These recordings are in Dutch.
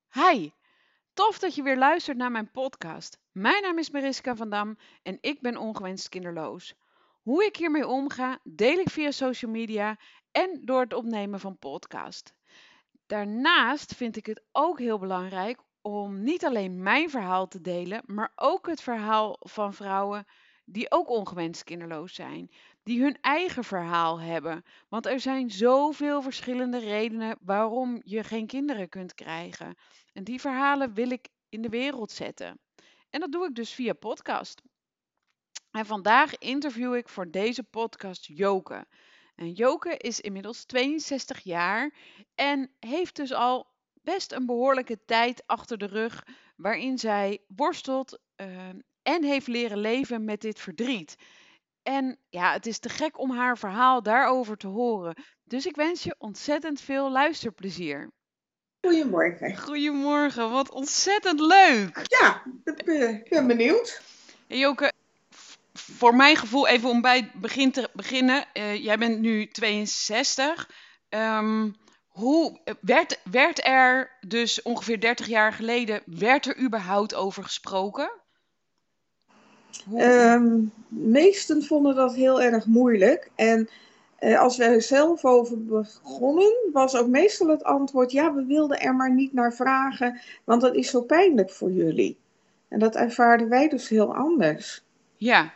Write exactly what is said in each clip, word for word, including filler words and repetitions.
Hi, tof dat je weer luistert naar mijn podcast. Mijn naam is Mariska van Dam en ik ben ongewenst kinderloos. Hoe ik hiermee omga, deel ik via social media en door het opnemen van podcast. Daarnaast vind ik het ook heel belangrijk om niet alleen mijn verhaal te delen, maar ook het verhaal van vrouwen die ook ongewenst kinderloos zijn, die hun eigen verhaal hebben. Want er zijn zoveel verschillende redenen waarom je geen kinderen kunt krijgen. En die verhalen wil ik in de wereld zetten. En dat doe ik dus via podcast. En vandaag interview ik voor deze podcast Joke. En Joke is inmiddels tweeënzestig jaar en heeft dus al best een behoorlijke tijd achter de rug waarin zij worstelt uh, en heeft leren leven met dit verdriet. En ja, het is te gek om haar verhaal daarover te horen. Dus ik wens je ontzettend veel luisterplezier. Goedemorgen. Goedemorgen, wat ontzettend leuk. Ja, ik ben, ben benieuwd. Hey Joke, voor mijn gevoel, even om bij het begin te beginnen. Uh, jij bent nu tweeënzestig. Um, hoe werd, werd er dus ongeveer dertig jaar geleden, werd er überhaupt over gesproken? Hoe... Um, meesten vonden dat heel erg moeilijk. En uh, als we er zelf over begonnen, was ook meestal het antwoord: ja, we wilden er maar niet naar vragen, want dat is zo pijnlijk voor jullie. En dat ervaarden wij dus heel anders. Ja.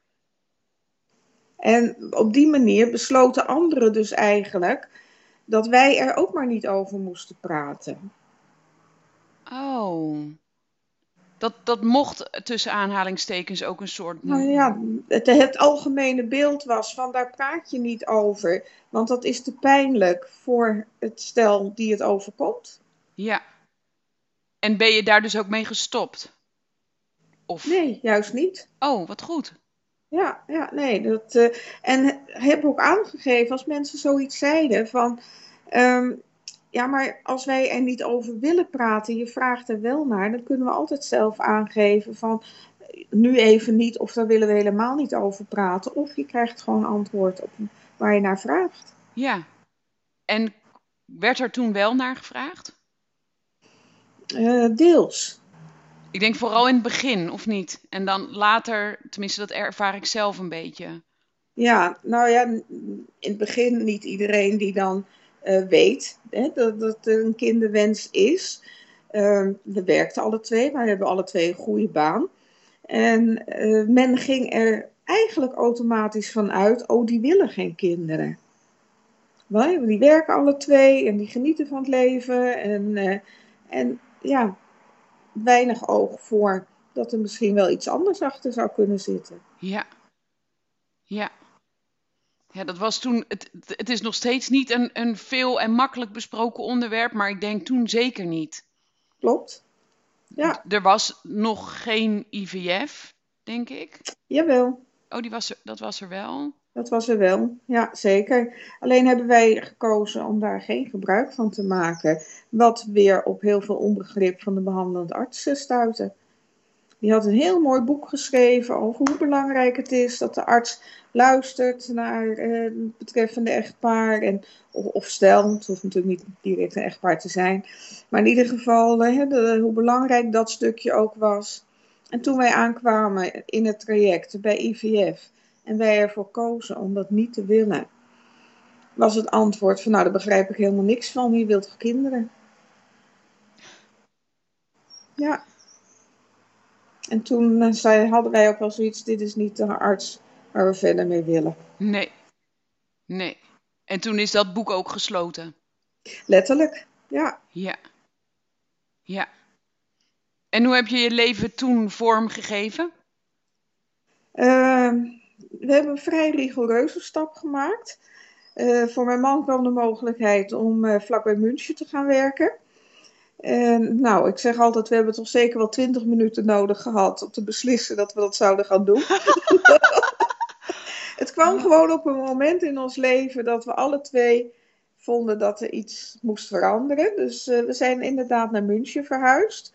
En op die manier besloten anderen dus eigenlijk dat wij er ook maar niet over moesten praten. Oh. Dat, dat mocht tussen aanhalingstekens ook een soort... Nou ja, het, het algemene beeld was van daar praat je niet over. Want dat is te pijnlijk voor het stel die het overkomt. Ja. En ben je daar dus ook mee gestopt? Of... Nee, juist niet. Oh, wat goed. Ja, ja nee. Dat, uh, en heb ook aangegeven als mensen zoiets zeiden van... Um, ja, maar als wij er niet over willen praten, je vraagt er wel naar, dan kunnen we altijd zelf aangeven van nu even niet of daar willen we helemaal niet over praten. Of je krijgt gewoon antwoord op waar je naar vraagt. Ja. En werd er toen wel naar gevraagd? Uh, deels. Ik denk vooral in het begin, of niet? En dan later, tenminste dat ervaar ik zelf een beetje. Ja, nou ja, in het begin niet iedereen die dan uh, weet hè, dat het een kinderwens is. Uh, we werkten alle twee, wij hebben alle twee een goede baan. En uh, men ging er eigenlijk automatisch van uit, oh, die willen geen kinderen. Well, die werken alle twee en die genieten van het leven. En, uh, en ja, weinig oog voor dat er misschien wel iets anders achter zou kunnen zitten. Ja. Ja. Ja, dat was toen, het, het is nog steeds niet een, een veel en makkelijk besproken onderwerp, maar ik denk toen zeker niet. Klopt. Ja. D- er was nog geen I V F, denk ik. Jawel. Oh, die was er, dat was er wel? Dat was er wel, ja zeker. Alleen hebben wij gekozen om daar geen gebruik van te maken. Wat weer op heel veel onbegrip van de behandelend arts stuitte. Die had een heel mooi boek geschreven over hoe belangrijk het is dat de arts luistert naar eh, het betreffende echtpaar. En, of, of stel, het hoeft natuurlijk niet direct een echtpaar te zijn. Maar in ieder geval eh, de, hoe belangrijk dat stukje ook was. En toen wij aankwamen in het traject bij I V F en wij ervoor kozen om dat niet te willen, was het antwoord van nou, daar begrijp ik helemaal niks van. Je wilt toch kinderen? Ja. En toen uh, zei, hadden wij ook wel zoiets, dit is niet de arts waar we verder mee willen. Nee, nee. En toen is dat boek ook gesloten? Letterlijk, ja. Ja. Ja. En hoe heb je je leven toen vormgegeven? Uh, we hebben een vrij rigoureuze stap gemaakt. Uh, voor mijn man kwam de mogelijkheid om uh, vlakbij München te gaan werken. En nou, ik zeg altijd, we hebben toch zeker wel twintig minuten nodig gehad om te beslissen dat we dat zouden gaan doen. Het kwam oh. gewoon op een moment in ons leven dat we alle twee vonden dat er iets moest veranderen. Dus uh, we zijn inderdaad naar München verhuisd.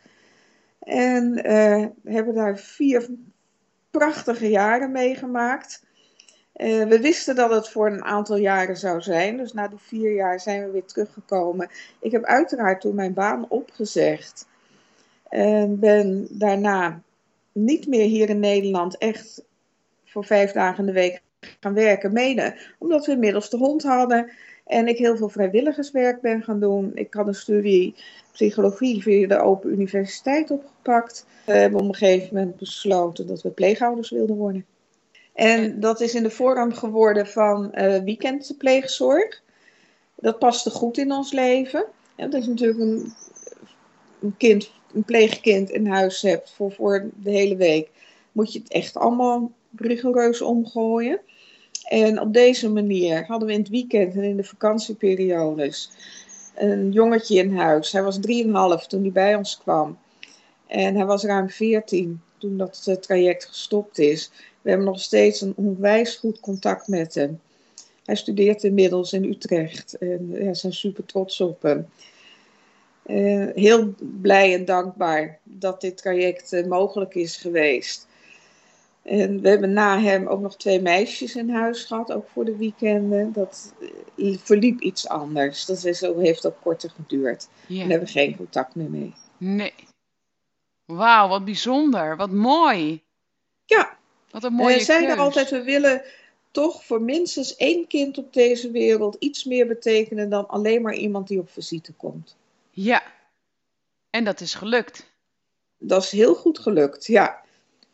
En uh, hebben daar vier prachtige jaren meegemaakt. Uh, we wisten dat het voor een aantal jaren zou zijn. Dus na die vier jaar zijn we weer teruggekomen. Ik heb uiteraard toen mijn baan opgezegd. En ben daarna niet meer hier in Nederland echt voor vijf dagen in de week gaan werken. Mede omdat we inmiddels de hond hadden. En ik heel veel vrijwilligerswerk ben gaan doen. Ik had een studie psychologie via de Open Universiteit opgepakt. We hebben op een gegeven moment besloten dat we pleegouders wilden worden. En dat is in de vorm geworden van uh, weekendpleegzorg. Dat paste goed in ons leven. Ja, dat is natuurlijk een, een kind, een pleegkind in huis hebt voor, voor de hele week. Moet je het echt allemaal rigoureus omgooien. En op deze manier hadden we in het weekend en in de vakantieperiodes een jongetje in huis. Hij was drieënhalf toen hij bij ons kwam. En hij was ruim veertien toen dat uh, traject gestopt is. We hebben nog steeds een onwijs goed contact met hem. Hij studeert inmiddels in Utrecht. En ja, we zijn super trots op hem. Uh, heel blij en dankbaar dat dit traject uh, mogelijk is geweest. En we hebben na hem ook nog twee meisjes in huis gehad, ook voor de weekenden. Dat uh, verliep iets anders. Dat is, zo heeft ook korter geduurd. Ja. En daar hebben we geen contact meer mee. Nee. Wauw, wat bijzonder. Wat mooi. Ja. Wat een mooie We zeiden keus. altijd, we willen toch voor minstens één kind op deze wereld iets meer betekenen dan alleen maar iemand die op visite komt. Ja. En dat is gelukt. Dat is heel goed gelukt, ja.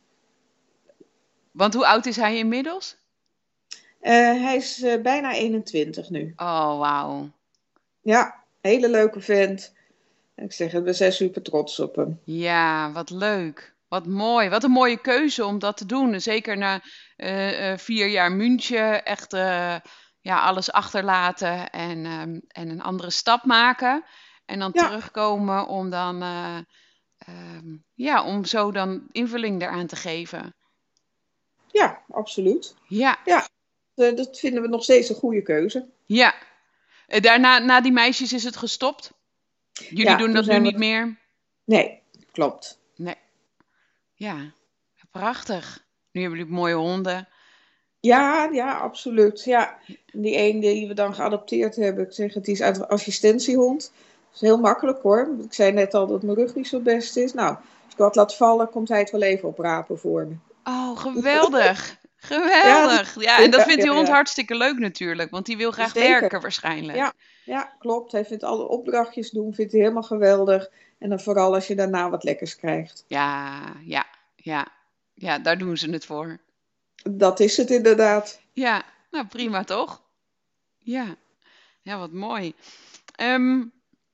Want hoe oud is hij inmiddels? Uh, hij is uh, bijna eenentwintig nu. Oh, wauw. Ja, hele leuke vent. Ik zeg het, we zijn super trots op hem. Ja, wat leuk. Wat mooi. Wat een mooie keuze om dat te doen. Zeker na uh, uh, vier jaar München echt uh, ja, alles achterlaten en, um, en een andere stap maken. En dan ja. terugkomen om dan uh, um, ja, om zo dan invulling eraan te geven. Ja, absoluut. Ja. Ja, dat vinden we nog steeds een goede keuze. Ja. Daarna, na die meisjes is het gestopt? Jullie ja, doen dat nu niet we... meer? Nee, klopt. Nee. Ja, prachtig. Nu hebben jullie mooie honden. Ja, ja, absoluut. Ja. Die ene die we dan geadopteerd hebben, ik zeg het is uit een assistentiehond. Dat is heel makkelijk hoor. Ik zei net al dat mijn rug niet zo best is. Nou, als ik wat laat vallen, komt hij het wel even oprapen voor me. Oh, geweldig. Geweldig. Ja, ja, en dat vindt die hond ja, ja. hartstikke leuk natuurlijk, want die wil graag Zeker. werken waarschijnlijk. Ja, ja, klopt. Hij vindt alle opdrachtjes doen, vindt hij helemaal geweldig. En dan vooral als je daarna wat lekkers krijgt. Ja, ja, ja. Ja, daar doen ze het voor. Dat is het inderdaad. Ja, nou prima toch? Ja, ja wat mooi. Um,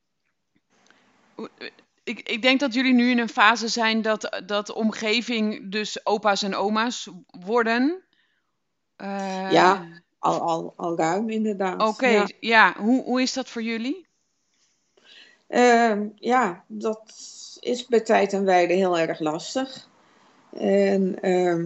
ik, ik denk dat jullie nu in een fase zijn dat, dat de omgeving dus opa's en oma's worden. Uh, ja, al, al, al ruim inderdaad. Oké, okay, ja. ja. Hoe, hoe is dat voor jullie? Uh, ja, dat is bij tijd en wijde heel erg lastig. En uh,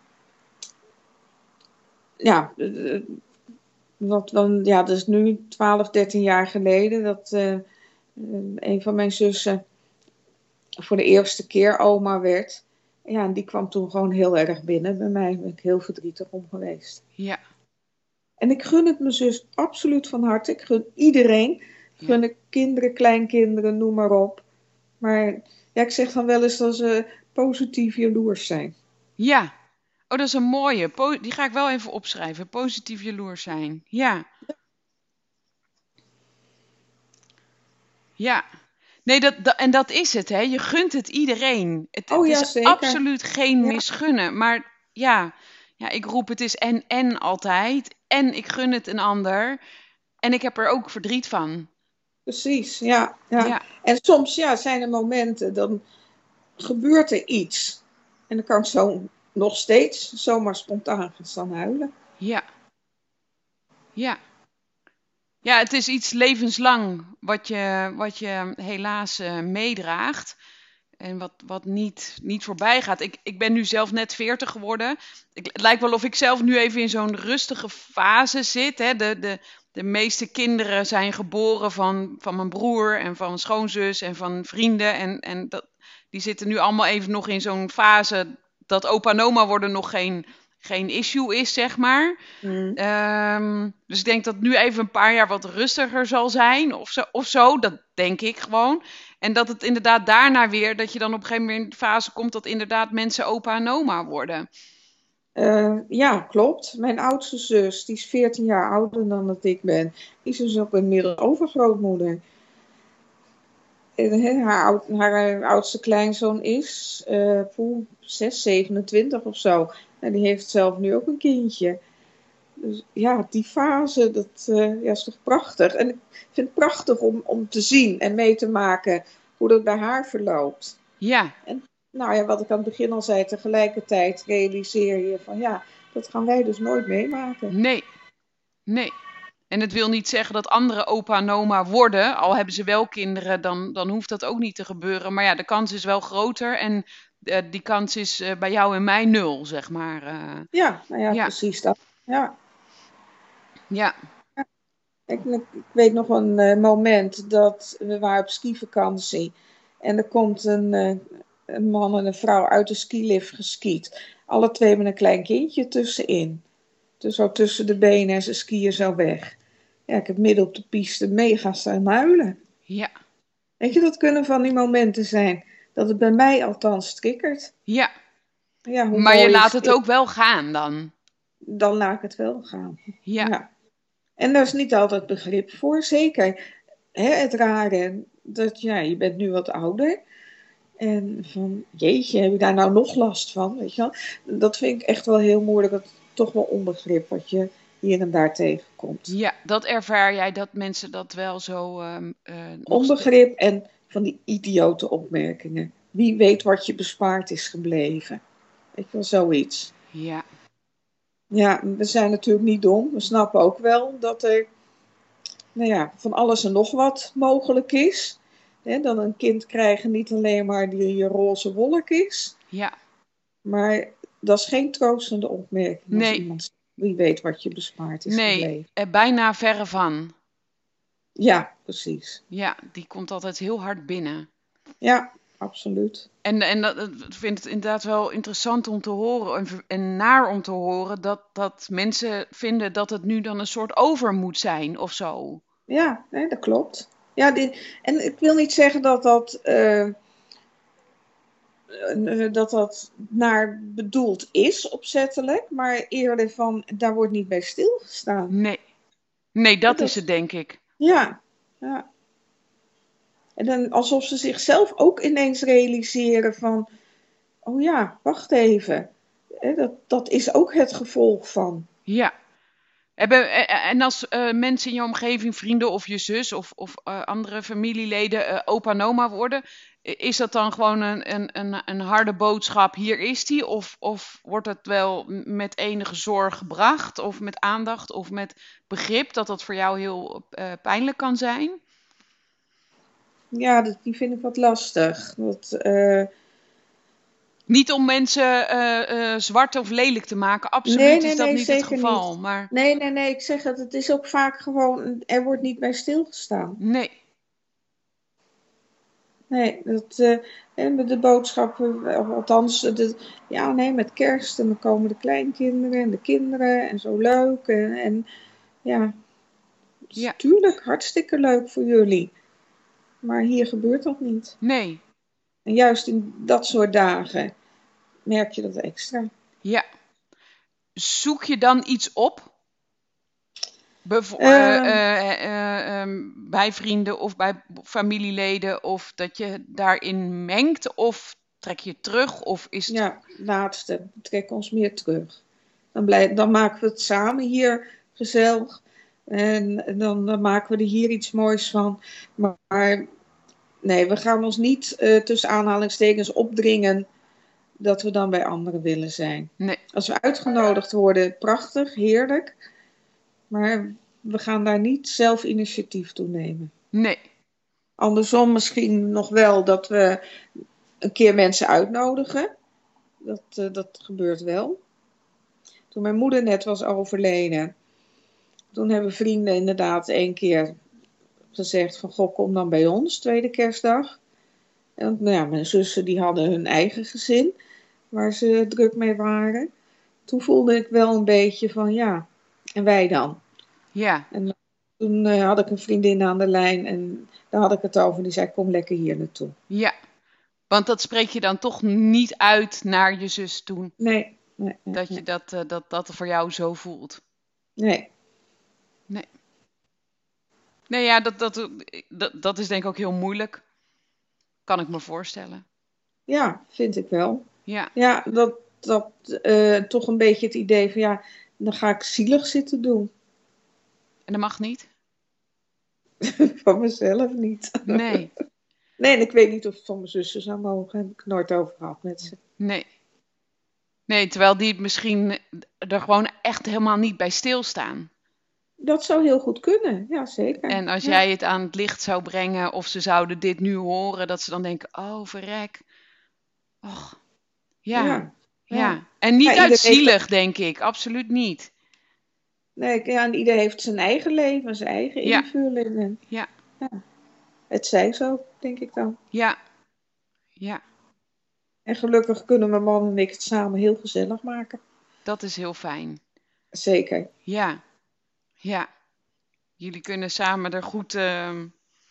ja, wat dan, ja, dat is nu twaalf, dertien jaar geleden dat uh, een van mijn zussen voor de eerste keer oma werd. Ja, en die kwam toen gewoon heel erg binnen bij mij. Daar ben ik heel verdrietig om geweest. Ja. En ik gun het mijn zus absoluut van harte. Ik gun iedereen. Ik gun ik kinderen, kleinkinderen, noem maar op. Maar ja, ik zeg dan wel eens dat ze positief jaloers zijn. Ja. Oh, dat is een mooie. Po- die ga ik wel even opschrijven. Positief jaloers zijn. Ja. Ja. Nee, dat, dat, en dat is het, hè. Je gunt het iedereen. Het, oh, het ja, is zeker. absoluut geen ja. misgunnen. Maar ja, ja, ik roep het is en en altijd. En ik gun het een ander. En ik heb er ook verdriet van. Precies, ja. ja. ja. En soms ja, zijn er momenten, dan gebeurt er iets. En dan kan ik zo nog steeds zomaar spontaan gaan staan huilen. Ja. Ja. Ja, het is iets levenslang wat je, wat je helaas uh, meedraagt. En wat, wat niet, niet voorbij gaat. Ik, ik ben nu zelf net veertig geworden. Ik, het lijkt wel of ik zelf nu even in zo'n rustige fase zit. Hè. De, de, de meeste kinderen zijn geboren van, van mijn broer en van mijn schoonzus en van vrienden. En, en dat, die zitten nu allemaal even nog in zo'n fase dat opa en oma worden nog geen, geen issue is, zeg maar. Mm. Um, dus ik denk dat nu even een paar jaar wat rustiger zal zijn of zo, of zo. Dat denk ik gewoon. En dat het inderdaad daarna weer, dat je dan op een gegeven moment in de fase komt dat inderdaad mensen opa en oma worden. Uh, ja, klopt. Mijn oudste zus, die is veertien jaar ouder dan dat ik ben. Die is dus ook inmiddels overgrootmoeder. En, haar, oud, haar oudste kleinzoon is uh, zes, zevenentwintig of zo. En die heeft zelf nu ook een kindje. Dus ja, die fase, dat uh, ja, is toch prachtig. En ik vind het prachtig om, om te zien en mee te maken hoe dat bij haar verloopt. Ja. En nou ja, wat ik aan het begin al zei, tegelijkertijd realiseer je van ja, dat gaan wij dus nooit meemaken. Nee, nee. En het wil niet zeggen dat anderen opa en oma worden. Al hebben ze wel kinderen, dan, dan hoeft dat ook niet te gebeuren. Maar ja, de kans is wel groter. En uh, die kans is uh, bij jou en mij nul, zeg maar. Uh, ja, nou ja, ja, precies dat. Ja. Ja. ja. Ik, ik weet nog een uh, moment dat we waren op skivakantie. En er komt een, uh, een man en een vrouw uit de skilift geskiet. Alle twee met een klein kindje tussenin. Dus zo tussen de benen en ze skiën zo weg. Ja, ik heb midden op de piste mega staan huilen. Ja. Weet je, dat kunnen van die momenten zijn. Dat het bij mij althans triggert. Ja. Ja, hoe maar je laat het het ook wel gaan dan? Dan laat ik het wel gaan. Ja. ja. En daar is niet altijd begrip voor, zeker. Hè, het rare, dat ja, je bent nu wat ouder. En van, jeetje, heb je daar nou nog last van? Weet je wel? Dat vind ik echt wel heel moeilijk. Dat toch wel onbegrip wat je hier en daar tegenkomt. Ja, dat ervaar jij, dat mensen dat wel zo... Um, uh, onbegrip en van die idiote opmerkingen. Wie weet wat je bespaard is gebleven. Weet je wel, zoiets. Ja. Ja, we zijn natuurlijk niet dom. We snappen ook wel dat er nou ja, van alles en nog wat mogelijk is. He, dan een kind krijgen niet alleen maar die roze wolk is. Ja. Maar dat is geen troostende opmerking nee. als iemand wie weet wat je bespaard is nee, gebleven. Nee, bijna verre van. Ja, precies. Ja, die komt altijd heel hard binnen. Ja, absoluut. En, en dat, ik vind het inderdaad wel interessant om te horen en, en naar om te horen dat, dat mensen vinden dat het nu dan een soort over moet zijn of zo. Ja, nee, dat klopt. Ja, die, en ik wil niet zeggen dat dat, uh, uh, dat dat naar bedoeld is opzettelijk, maar eerder van, daar wordt niet bij stilgestaan. Nee, nee dat, dat is het denk ik. Ja, ja. En dan alsof ze zichzelf ook ineens realiseren van, oh ja, wacht even. Dat, dat is ook het gevolg van. Ja. En als uh, mensen in je omgeving, vrienden of je zus of, of uh, andere familieleden uh, opa en oma worden, is dat dan gewoon een, een, een, een harde boodschap, hier is die? Of, of wordt het wel met enige zorg gebracht of met aandacht of met begrip dat dat voor jou heel uh, pijnlijk kan zijn? Ja, dat, die vind ik wat lastig. Dat, uh... Niet om mensen uh, uh, zwart of lelijk te maken, absoluut nee, nee, is dat nee, niet het geval. Niet. Maar... Nee, nee, nee, ik zeg het, het is ook vaak gewoon, er wordt niet bij stilgestaan. Nee. Nee, dat, uh, en de boodschappen, althans, de, ja, nee, met kerst en dan komen de kleinkinderen en de kinderen en zo leuk. En, en ja, ja, tuurlijk, hartstikke leuk voor jullie. Maar hier gebeurt dat niet. Nee. En juist in dat soort dagen merk je dat extra. Ja. Zoek je dan iets op? Bevo- uh, uh, uh, uh, um, bij vrienden of bij familieleden? Of dat je daarin mengt? Of trek je terug? Of is het... Ja, laatste. We trekken ons meer terug. Dan, blij, dan maken we het samen hier gezellig. En dan, dan maken we er hier iets moois van. Maar, maar nee, we gaan ons niet uh, tussen aanhalingstekens opdringen dat we dan bij anderen willen zijn. Nee. Als we uitgenodigd worden, prachtig, heerlijk. Maar we gaan daar niet zelf initiatief toe nemen. Nee. Andersom misschien nog wel dat we een keer mensen uitnodigen. Dat, uh, dat gebeurt wel. Toen mijn moeder net was overleden, toen hebben vrienden inderdaad één keer gezegd van, goh, kom dan bij ons, tweede kerstdag. En nou ja, mijn zussen die hadden hun eigen gezin, waar ze druk mee waren. toen voelde ik wel een beetje van ja, en wij dan? Ja, En toen eh, had ik een vriendin aan de lijn en daar had ik het over. Die zei, kom lekker hier naartoe. ja. Want dat spreek je dan toch niet uit naar je zus toen. Nee, nee, nee, Dat je nee. dat, eh, dat, dat voor jou zo voelt. nee. Nee. Nee, ja, dat, dat, dat, dat is denk ik ook heel moeilijk. Kan ik me voorstellen. Ja, vind ik wel. Ja. Ja, dat, dat eh, toch een beetje het idee van ja, dan ga ik zielig zitten doen. En dat mag niet? Van mezelf niet. Nee. Nee, en ik weet niet of het van mijn zussen zou mogen. Heb ik het nooit over gehad met ze. Nee. Nee, terwijl die misschien er gewoon echt helemaal niet bij stilstaan. Dat zou heel goed kunnen. Ja, zeker. En als Ja, jij het aan het licht zou brengen of ze zouden dit nu horen, dat ze dan denken, oh verrek. Och, ja, ja, ja. ja. En Ja, niet uit ieder heeft, zielig, denk ik. Absoluut niet. nee, ja, en ieder heeft zijn eigen leven, zijn eigen Ja, invulling. En, ja, ja, het zij zo, denk ik dan. ja, ja. En gelukkig kunnen mijn man en ik het samen heel gezellig maken. Dat is heel fijn. Zeker. Ja, ja. Jullie kunnen samen er goed, ehm,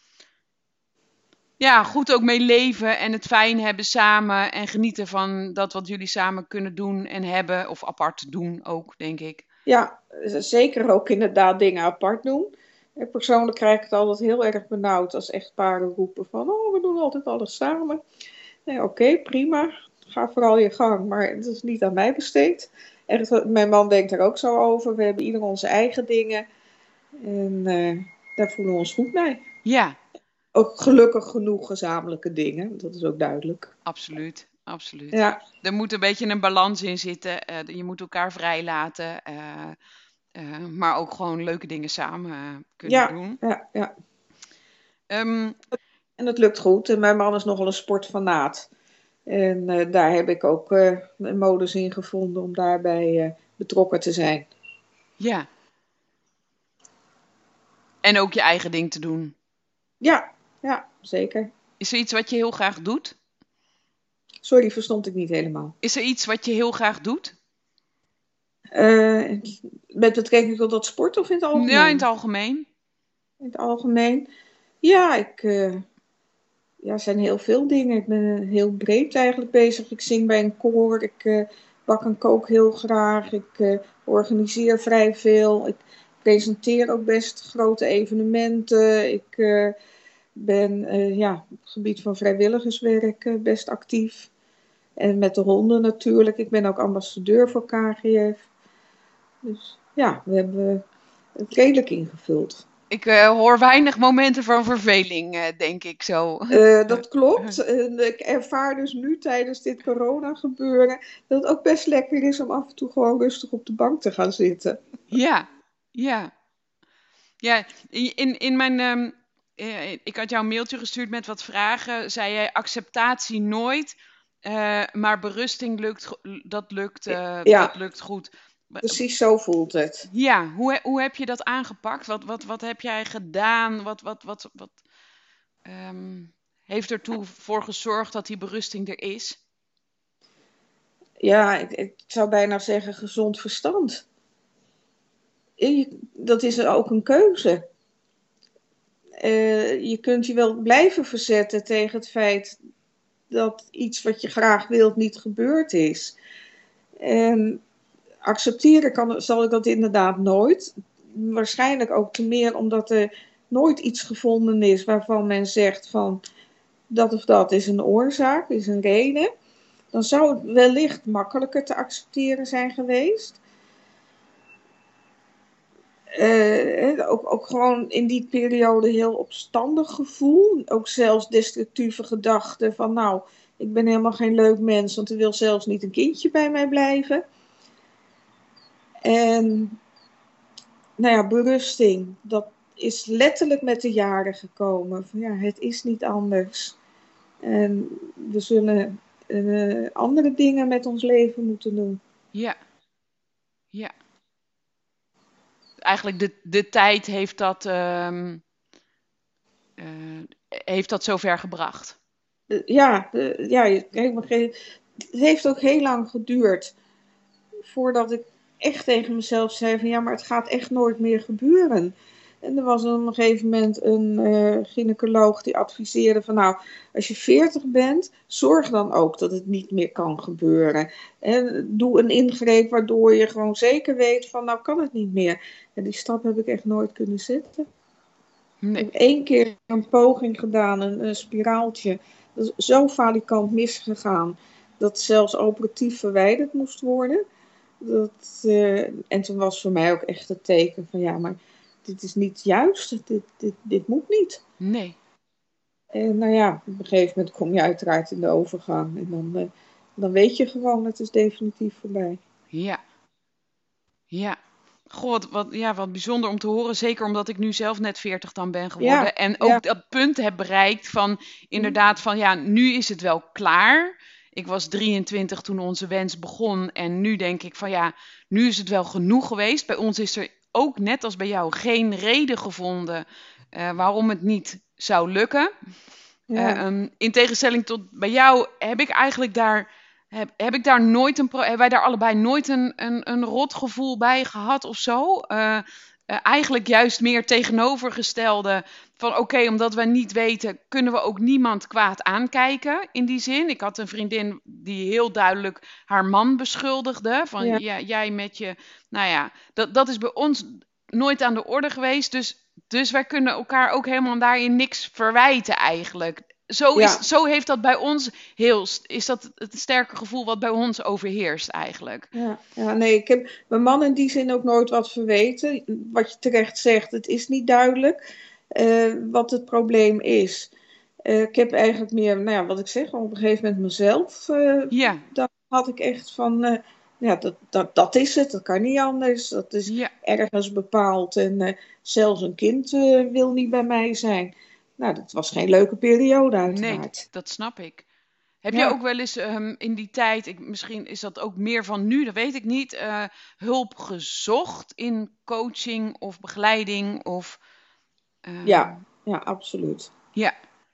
ja, goed ook mee leven en het fijn hebben samen en genieten van dat wat jullie samen kunnen doen en hebben. Of apart doen ook, denk ik. Ja, zeker ook inderdaad dingen apart doen. En persoonlijk krijg ik het altijd heel erg benauwd als echtparen roepen van, oh, we doen altijd alles samen. Nee, oké, prima. Ga vooral je gang, maar het is niet aan mij besteed. Echt, mijn man denkt er ook zo over. We hebben ieder onze eigen dingen. En eh, daar voelen we ons goed bij. Ja, Ook gelukkig genoeg gezamenlijke dingen. Dat is ook duidelijk. absoluut, absoluut. Ja, Er moet een beetje een balans in zitten. eh, je moet elkaar vrijlaten. eh, eh, maar ook gewoon leuke dingen samen eh, kunnen ja, doen. ja, ja. Ehm, En dat lukt goed. En mijn man is nogal een sportfanaat. En eh, daar heb ik ook eh, een modus in gevonden om daarbij eh, betrokken te zijn. ja, en ook je eigen ding te doen. Ja, ja, zeker. Is er iets wat je heel graag doet? Sorry, verstond ik niet helemaal. Is er iets wat je heel graag doet? Eh, met betrekking tot dat sport of in het Ja, in het algemeen? algemeen. In het algemeen. Ja, ik, eh, ja, er zijn heel veel dingen. Ik ben eh, heel breed eigenlijk bezig. Ik zing bij een koor. Ik eh, bak en kook heel graag. Ik eh, organiseer vrij veel. Ik presenteer ook best grote evenementen. Ik eh, ben eh, ja, op het gebied van vrijwilligerswerk eh, best actief. En met de honden natuurlijk. Ik ben ook ambassadeur voor K G F. Dus ja, we hebben het redelijk ingevuld. Ik eh, hoor weinig momenten van verveling, eh, denk ik zo. Uh, dat klopt. En ik ervaar dus nu tijdens dit corona gebeuren dat het ook best lekker is om af en toe gewoon rustig op de bank te gaan zitten. Ja, ja. Ja, in, in mijn. ehm, eh, ik had jou een mailtje gestuurd met wat vragen. Zei jij acceptatie nooit, eh, maar berusting lukt, go- dat lukt, eh, dat Ja, lukt goed. precies zo voelt het. Ja, hoe, he- hoe heb je dat aangepakt? Wat, wat, wat heb jij gedaan? Wat, wat, wat, wat ehm, heeft ertoe voor gezorgd dat die berusting er is? Ja, ik, ik zou bijna zeggen gezond verstand. Je- dat is ook een keuze. Uh, je kunt je wel blijven verzetten tegen het feit dat iets wat je graag wilt niet gebeurd is. En accepteren kan, zal ik dat inderdaad nooit. Waarschijnlijk ook te meer omdat er nooit iets gevonden is waarvan men zegt van dat of dat is een oorzaak, is een reden. Dan zou het wellicht makkelijker te accepteren zijn geweest. Uh, ook, ook gewoon in die periode heel opstandig gevoel. Ook zelfs destructieve gedachten van nou, ik ben helemaal geen leuk mens, want er wil zelfs niet een kindje bij mij blijven. En nou ja, berusting, dat is letterlijk met de jaren gekomen. Van, ja, het is niet anders. En we zullen uh, andere dingen met ons leven moeten doen. Ja, ja. Eigenlijk de, de tijd heeft dat, ehm, eh, heeft dat zover gebracht. Uh, ja, uh, ja, het heeft ook heel lang geduurd voordat ik echt tegen mezelf zei van ja, maar het gaat echt nooit meer gebeuren. En er was op een gegeven moment een uh, gynaecoloog die adviseerde van nou, als je veertig bent, zorg dan ook dat het niet meer kan gebeuren. En doe een ingreep waardoor je gewoon zeker weet van nou kan het niet meer. En die stap heb ik echt nooit kunnen zetten. Nee. Ik heb één keer een poging gedaan, een, een spiraaltje. Dat is zo falikant misgegaan dat zelfs operatief verwijderd moest worden. Dat, uh, en toen was voor mij ook echt het teken van ja, maar dit is niet juist, dit, dit, dit moet niet. Nee. En nou ja, op een gegeven moment kom je uiteraard in de overgang en dan, uh, dan weet je gewoon, het is definitief voorbij. Ja. Ja. Goh, wat, wat, ja, wat bijzonder om te horen. Zeker omdat ik nu zelf net veertig dan ben geworden. Ja, en ook ja. dat punt heb bereikt van inderdaad van ja, nu is het wel klaar. Ik was drieëntwintig toen onze wens begon. En nu denk ik van ja, nu is het wel genoeg geweest. Bij ons is er ook net als bij jou geen reden gevonden uh, waarom het niet zou lukken. Ja. Uh, um, in tegenstelling tot bij jou heb ik eigenlijk daar... Heb, heb ik daar nooit een pro- hebben wij daar allebei nooit een, een, een rotgevoel bij gehad of zo? Uh, uh, eigenlijk juist meer tegenovergestelde van oké, okay, omdat we niet weten, kunnen we ook niemand kwaad aankijken in die zin. Ik had een vriendin die heel duidelijk haar man beschuldigde van Ja. ja, jij met je, nou ja, dat, dat is bij ons nooit aan de orde geweest. Dus, dus wij kunnen elkaar ook helemaal daarin niks verwijten eigenlijk. Zo, is, Ja. zo heeft dat bij ons heel, is dat het sterke gevoel wat bij ons overheerst eigenlijk. Ja, ja, nee, ik heb mijn man in die zin ook nooit wat verweten. Wat je terecht zegt, het is niet duidelijk uh, wat het probleem is. Uh, ik heb eigenlijk meer, nou ja, wat ik zeg, op een gegeven moment mezelf. Uh, Ja. Dan had ik echt van, uh, ja, dat, dat, dat is het, dat kan niet anders. Dat is Ja. ergens bepaald en uh, zelfs een kind uh, wil niet bij mij zijn. Nou, dat was geen leuke periode uiteraard. Nee, dat snap ik. Heb Ja. je ook wel eens um, in die tijd, ik, misschien is dat ook meer van nu, dat weet ik niet, uh, hulp gezocht in coaching of begeleiding? Of, uh... Ja, ja, absoluut. Ja.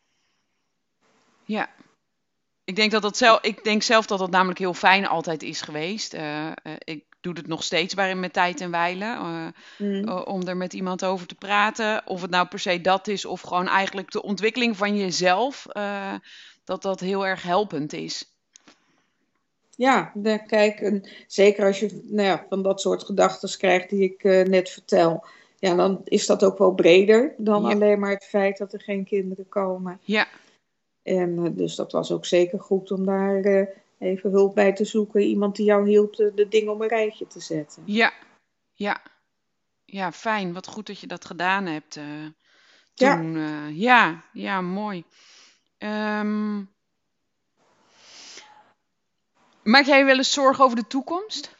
Ja. Ik denk, dat dat zelf, ik denk zelf dat dat namelijk heel fijn altijd is geweest. Uh, uh, ik doe het nog steeds bij met tijd en wijlen. Uh, Mm. uh, om er met iemand over te praten. Of het nou per se dat is, of gewoon eigenlijk de ontwikkeling van jezelf. Uh, dat dat heel erg helpend is. Ja, kijk, en zeker als je nou ja, van dat soort gedachten krijgt die ik uh, net vertel. Ja, dan is dat ook wel breder dan Ja. alleen maar het feit dat er geen kinderen komen. Ja. En uh, dus dat was ook zeker goed om daar uh, even hulp bij te zoeken. Iemand die jou hielp de, de dingen op een rijtje te zetten. Ja, ja. Ja, fijn. Wat goed dat je dat gedaan hebt uh, toen. Ja. Uh, ja, ja, mooi. Um, maak jij wel eens zorgen over de toekomst?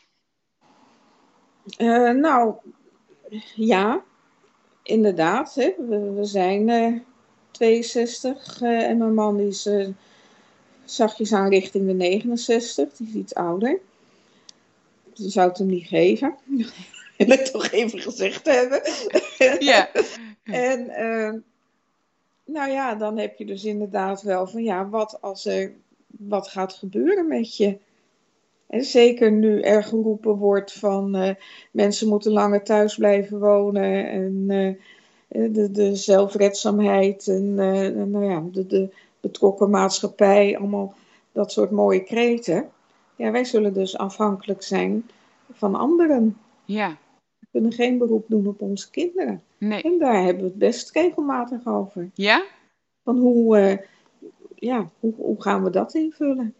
Uh, nou, ja, inderdaad. Hè. We, we zijn uh, tweeënzestig uh, en mijn man is uh, zachtjes aan richting de negenenzestig. Die is iets ouder. Die zou het hem niet geven. Wil ik toch even gezegd hebben. Ja. En uh, nou ja, dan heb je dus inderdaad wel van ja, wat als er wat gaat gebeuren met je? En zeker nu er geroepen wordt van uh, mensen moeten langer thuis blijven wonen en uh, de, de zelfredzaamheid en uh, nou ja, de, de betrokken maatschappij, allemaal dat soort mooie kreten. Ja, wij zullen dus afhankelijk zijn van anderen. Ja. We kunnen geen beroep doen op onze kinderen. Nee. En daar hebben we het best regelmatig over. Ja? Van hoe, uh, ja, hoe, hoe gaan we dat invullen?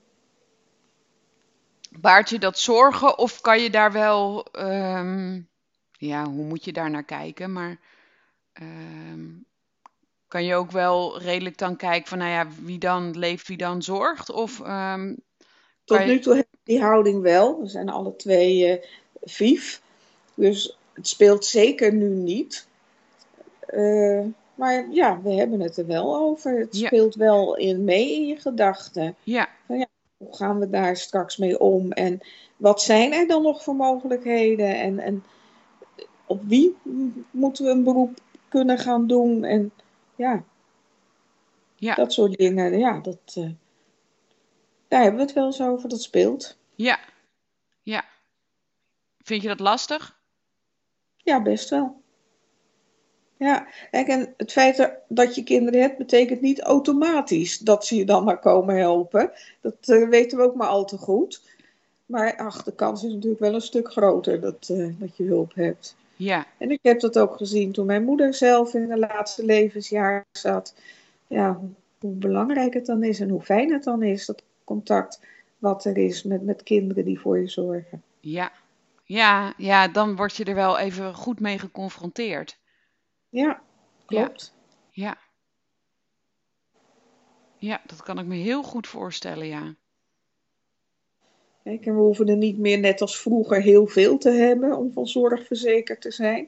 Baart je dat zorgen of kan je daar wel, um, ja, hoe moet je daar naar kijken? Maar um, kan je ook wel redelijk dan kijken van, nou ja, wie dan leeft, wie dan zorgt? Of, um, Tot je... nu toe heb ik die houding wel. We zijn alle twee uh, V I V. Dus het speelt zeker nu niet. Uh, maar ja, we hebben het er wel over. Het ja. speelt wel in mee in je gedachten. Ja. Van, ja, hoe gaan we daar straks mee om? En wat zijn er dan nog voor mogelijkheden? En, en op wie moeten we een beroep kunnen gaan doen? En ja, ja. dat soort dingen. Ja, dat, uh, daar hebben we het wel eens over. Dat speelt. Ja, ja. Vind je dat lastig? Ja, best wel. Ja, kijk, en het feit er- dat je kinderen hebt, betekent niet automatisch dat ze je dan maar komen helpen. Dat eh, weten we ook maar al te goed. Maar ach, de kans is natuurlijk wel een stuk groter dat, eh, dat je hulp hebt. Ja, En ik heb dat ook gezien toen mijn moeder zelf in haar laatste levensjaar zat. Ja, hoe, hoe belangrijk het dan is en hoe fijn het dan is, dat contact wat er is met, met kinderen die voor je zorgen. ja, ja, ja, dan word je er wel even goed mee geconfronteerd. Ja, Ja, klopt. ja, ja, dat kan ik me heel goed voorstellen, ja. Kijk, en we hoeven er niet meer net als vroeger heel veel te hebben om van zorg verzekerd te zijn.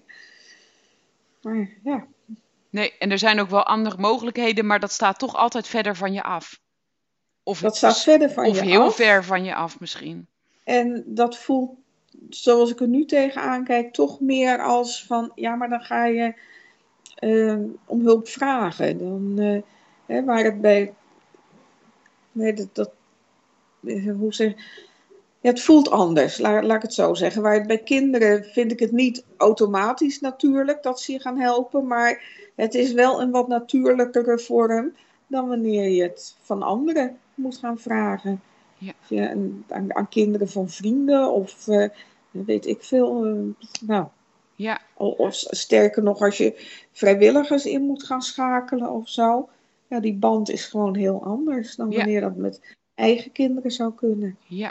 Maar ja, Nee, en er zijn ook wel andere mogelijkheden, maar dat staat toch altijd verder van je af. Of, dat staat verder van of je heel af. ver van je af misschien. En dat voelt, zoals ik er nu tegenaan kijk, toch meer als van, ja, maar dan ga je eh, om hulp vragen. Dan, eh, hè, waar het bij, nee, dat, dat eh, hoe zeg, ja, het voelt anders, laat, laat ik het zo zeggen. Waar het bij kinderen vind ik het niet automatisch natuurlijk dat ze je gaan helpen, maar het is wel een wat natuurlijkere vorm dan wanneer je het van anderen moet gaan vragen. Ja, Of je een- aan, aan kinderen van vrienden of eh, weet ik veel. eh, nou, ja, of, of sterker nog, als je vrijwilligers in moet gaan schakelen of zo. Ja, die band is gewoon heel anders dan ja, wanneer dat met eigen kinderen zou kunnen. ja,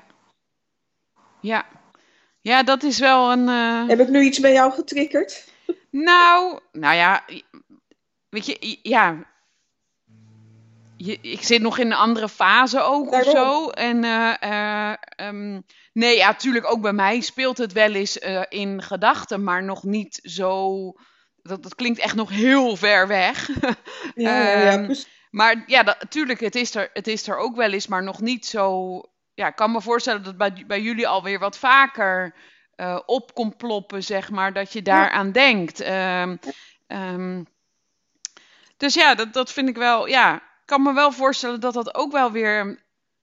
ja. Ja, dat is wel een. eh, Heb ik nu iets bij jou getriggerd? Nou, nou ja, weet je, ja, je, ik zit nog in een andere fase ook of Daarom. zo. En eh, eh, ehm, nee, ja, tuurlijk ook bij mij speelt het wel eens eh, in gedachten, maar nog niet zo. Dat, dat klinkt echt nog heel ver weg. Ja, ja, ja, Ehm, precies. maar ja, dat, tuurlijk, het is, er, het is er ook wel eens, maar nog niet zo. Ja, ik kan me voorstellen dat bij, bij jullie alweer wat vaker eh, op komt ploppen, zeg maar, dat je Ja, daaraan denkt. Ehm, ehm, dus ja, dat, dat vind ik wel. Ja, ik kan me wel voorstellen dat dat ook wel weer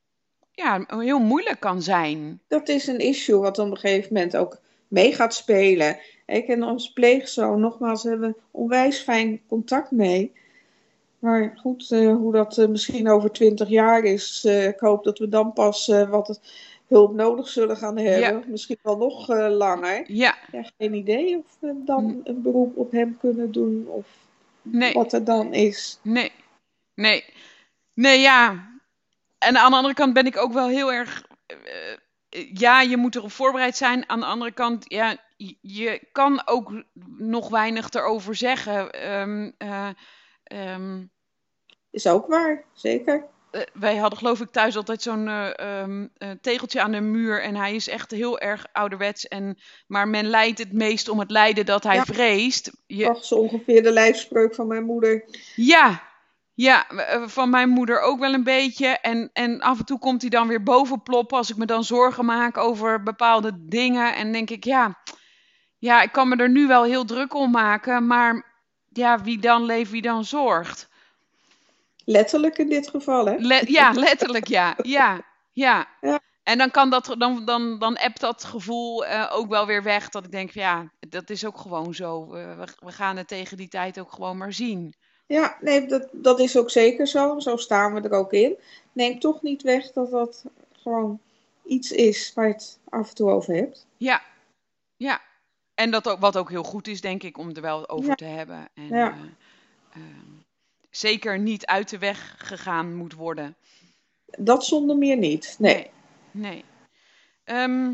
ja, heel moeilijk kan zijn. dat is een issue wat op een gegeven moment ook mee gaat spelen. Ik en ons pleegzoon, nogmaals, hebben we onwijs fijn contact mee. Maar goed, eh, hoe dat eh, misschien over twintig jaar is, eh, ik hoop dat we dan pas eh, wat hulp nodig zullen gaan Ja, hebben. Misschien wel nog eh, langer. ja, Ja, geen idee of we n- dan een beroep op hem kunnen doen of nee, wat er dan is. nee, nee. Nee, ja. En aan de andere kant ben ik ook wel heel erg. eh, eh, ja, je moet erop voorbereid zijn. Aan de andere kant, ja, je, je kan ook nog weinig erover zeggen. Ehm, eh, ehm, Is ook waar, zeker. eh, wij hadden geloof ik thuis altijd zo'n eh, ehm, eh, tegeltje aan de muur. En hij is echt heel erg ouderwets. En, maar men lijdt het meest om het lijden dat hij Ja, vreest. Je, toch zo ongeveer de lijfspreuk van mijn moeder. ja, ja, eh, van mijn moeder ook wel een beetje. En, en af en toe komt hij dan weer bovenploppen als ik me dan zorgen maak over bepaalde dingen. En denk ik, ja, ja, ik kan me er nu wel heel druk om maken. Maar ja, wie dan leeft, wie dan zorgt. Letterlijk in dit geval, hè? Le- ja, letterlijk ja. Ja, ja. Ja, En dan kan dat, dan, dan, dan appt dat gevoel eh, ook wel weer weg. Dat ik denk, ja, dat is ook gewoon zo. We, we, we gaan het tegen die tijd ook gewoon maar zien. ja, nee, dat, dat is ook zeker zo. Zo staan we er ook in. Neem toch niet weg dat dat gewoon iets is waar je het af en toe over hebt. Ja, ja. En dat ook, wat ook heel goed is, denk ik, om er wel over Ja, te hebben. En ja, eh, ehm, zeker niet uit de weg gegaan moet worden. dat zonder meer niet. Nee. Nee, nee. Ehm,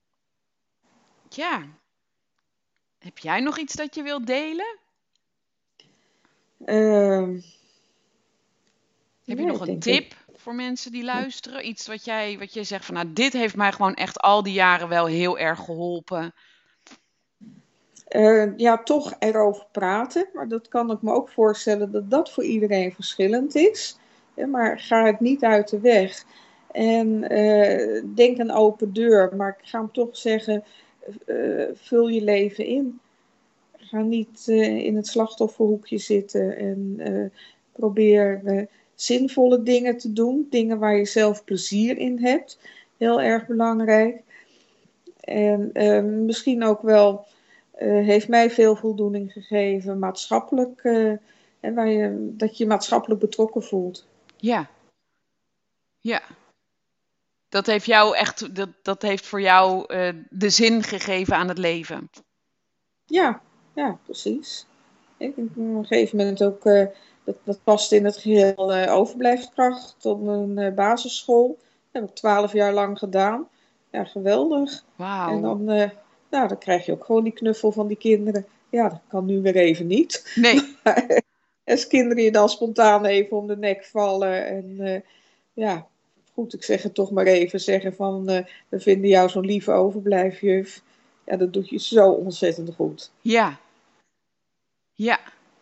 ja, heb jij nog iets dat je wilt delen? Ehm, Heb je ja, nog ik een denk dat. tip voor mensen die luisteren? Iets wat jij, wat jij zegt van, nou, dit heeft mij gewoon echt al die jaren wel heel erg geholpen. Eh, ja, toch erover praten. Maar dat kan ik me ook voorstellen dat dat voor iedereen verschillend is. Ja, maar ga het niet uit de weg. En eh, denk een open deur. Maar ik ga hem toch zeggen, eh, vul je leven in. Ga niet eh, in het slachtofferhoekje zitten. En eh, probeer eh, zinvolle dingen te doen. Dingen waar je zelf plezier in hebt. Heel erg belangrijk. En uh, misschien ook wel uh, heeft mij veel voldoening gegeven, maatschappelijk, uh, en waar je, dat je maatschappelijk betrokken voelt. Ja, ja. Dat heeft jou echt, dat, dat heeft voor jou uh, de zin gegeven aan het leven. Ja, ja, precies. Ik denk op een gegeven moment ook, uh, dat, dat past in het geheel uh, overblijfkracht op een uh, basisschool. Dat heb ik twaalf jaar lang gedaan. Ja, geweldig. Wauw. En dan, uh, nou, dan krijg je ook gewoon die knuffel van die kinderen. Ja, dat kan nu weer even niet. Nee. Als kinderen je dan spontaan even om de nek vallen. En uh, ja, goed, ik zeg het toch maar even. Zeggen van, uh, we vinden jou zo'n lieve overblijfjuf. Ja, dat doet je zo ontzettend goed. Ja. Ja.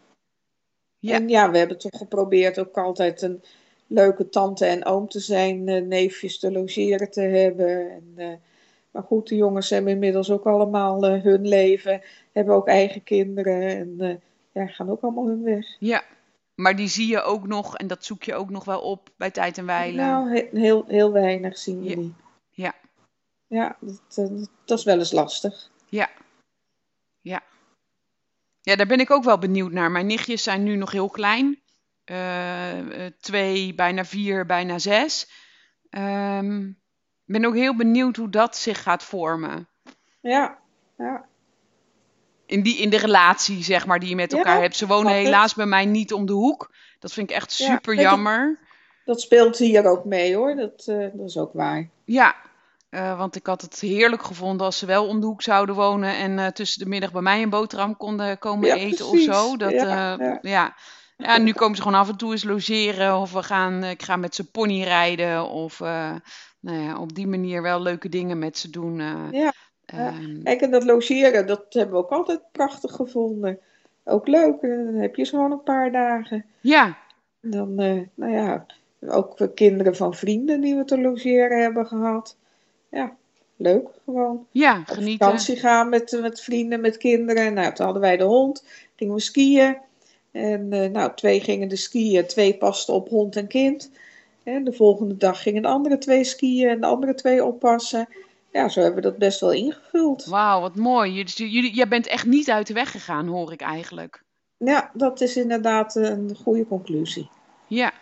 Ja. En ja, we hebben toch geprobeerd ook altijd een leuke tante en oom te zijn. Uh, neefjes te logeren te hebben. En, uh, maar goed, de jongens hebben inmiddels ook allemaal uh, hun leven. Hebben ook eigen kinderen. En uh, ja, gaan ook allemaal hun weg. Ja. Maar die zie je ook nog en dat zoek je ook nog wel op bij tijd en wijle. Nou, he- heel, heel weinig zien we Ja. die. Ja. Ja, dat, uh, dat is wel eens lastig. Ja. Ja. Ja, daar ben ik ook wel benieuwd naar. Mijn nichtjes zijn nu nog heel klein. Uh, uh, twee, bijna vier, bijna zes. Ik um, ben ook heel benieuwd hoe dat zich gaat vormen. Ja, ja. In, die, in de relatie, zeg maar, die je met elkaar Ja, hebt. Ze wonen helaas het. bij mij niet om de hoek. Dat vind ik echt super ja, jammer. Dat, dat speelt hier ook mee, hoor. Dat, uh, dat is ook waar. Ja, uh, want ik had het heerlijk gevonden als ze wel om de hoek zouden wonen en uh, tussen de middag bij mij een boterham konden komen ja, eten precies. of zo. Dat, ja, uh, ja. ja. Ja, nu komen ze gewoon af en toe eens logeren of we gaan, ik ga met ze pony rijden of uh, nou ja, op die manier wel leuke dingen met ze doen. Uh, ja, ja. Kijk, en dat logeren, dat hebben we ook altijd prachtig gevonden. Ook leuk, dan heb je gewoon een paar dagen. Ja. Dan, uh, nou ja, ook kinderen van vrienden die we te logeren hebben gehad. Ja, leuk gewoon. Ja, genieten. Op vakantie gaan met, met vrienden, met kinderen. Nou, toen hadden wij de hond, gingen we skiën. En uh, nou, twee gingen de skiën, twee pasten op hond en kind. En de volgende dag gingen de andere twee skiën en de andere twee oppassen. Ja, zo hebben we dat best wel ingevuld. Wauw, wat mooi. Jullie, jullie, jij bent echt niet uit de weg gegaan, hoor ik eigenlijk. Ja, dat is inderdaad een goede conclusie. Ja.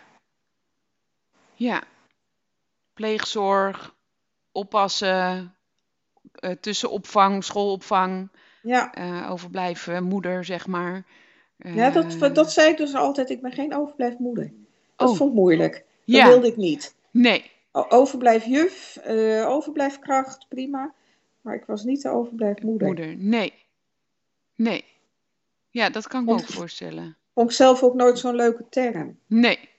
Ja. Pleegzorg, oppassen, uh, tussenopvang, schoolopvang, ja. uh, overblijven moeder, zeg maar. Uh, ja, dat, dat zei ik dus altijd. Ik ben geen overblijfmoeder. Dat oh. vond ik moeilijk. Dat ja. wilde ik niet. Nee. Overblijfjuf, uh, overblijfkracht, prima. Maar ik was niet de overblijfmoeder. Moeder, nee. Nee. Ja, dat kan ik me ook voorstellen. Vond ik zelf ook nooit zo'n leuke term. Nee.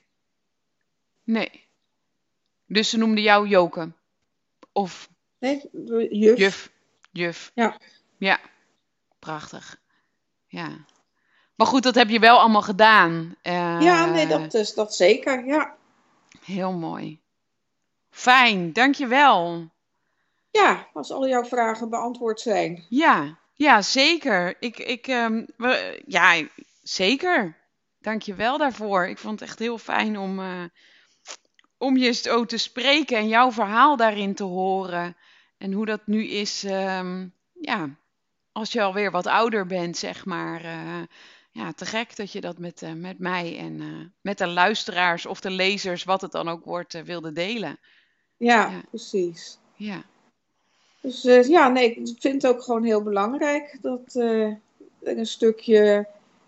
Nee. Dus ze noemden jou Joke? Of? Nee, juf. Juf. Juf. Ja. Ja. Prachtig. Ja. Maar goed, dat heb je wel allemaal gedaan. Uh, ja, nee, dat is dat zeker, ja. Heel mooi. Fijn, dankjewel. Ja, als al jouw vragen beantwoord zijn. Ja, ja, zeker. Ik, ik, um, we, ja, zeker. Dankjewel daarvoor. Ik vond het echt heel fijn om, uh, om je zo te spreken en jouw verhaal daarin te horen. En hoe dat nu is, um, ja, als je alweer wat ouder bent, zeg maar. Uh, ja, te gek dat je dat met, uh, met mij en uh, met de luisteraars of de lezers, wat het dan ook wordt, uh, wilde delen. Ja, ja. precies. Ja. Dus uh, ja, nee, ik vind het ook gewoon heel belangrijk dat uh, er een stukje,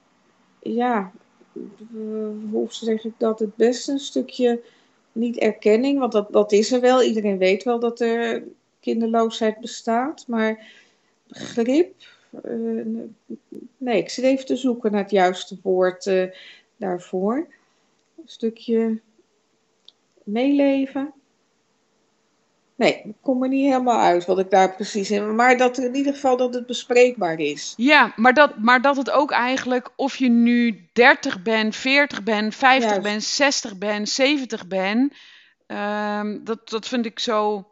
ja, uh, hoe zeg ik dat het beste, een stukje, niet erkenning, want dat, dat is er wel. Iedereen weet wel dat er kinderloosheid bestaat, maar begrip, uh, nee, ik zit even te zoeken naar het juiste woord uh, daarvoor. Een stukje meeleven. Nee, ik kom er niet helemaal uit wat ik daar precies in... Maar dat in ieder geval dat het bespreekbaar is. Ja, maar dat, maar dat het ook eigenlijk... Of je nu dertig bent, veertig bent, vijftig Juist. bent, zestig bent, zeventig bent... Um, dat, dat vind ik zo...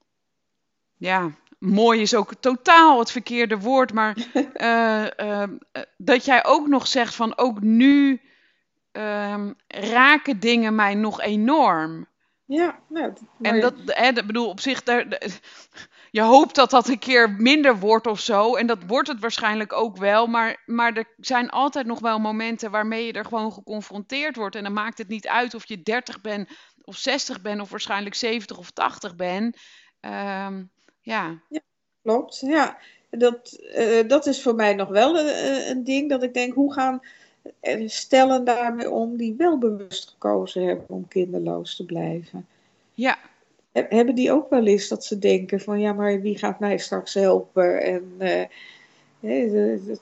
Ja, mooi is ook totaal het verkeerde woord. Maar uh, uh, dat jij ook nog zegt van... Ook nu uh, raken dingen mij nog enorm. Ja, nou, maar... En dat, hè, dat bedoel, op zich... Daar, je hoopt dat dat een keer minder wordt of zo. En dat wordt het waarschijnlijk ook wel. Maar, maar er zijn altijd nog wel momenten waarmee je er gewoon geconfronteerd wordt. En dan maakt het niet uit of je dertig bent of zestig bent of waarschijnlijk zeventig of tachtig bent. Ehm, ja, Ja, klopt. Ja, dat, eh, dat is voor mij nog wel een, een ding dat ik denk, hoe gaan er stellen daarmee om die wel bewust gekozen hebben om kinderloos te blijven? ja, He- Hebben die ook wel eens dat ze denken van, ja, maar wie gaat mij straks helpen? En eh, hè, de- de-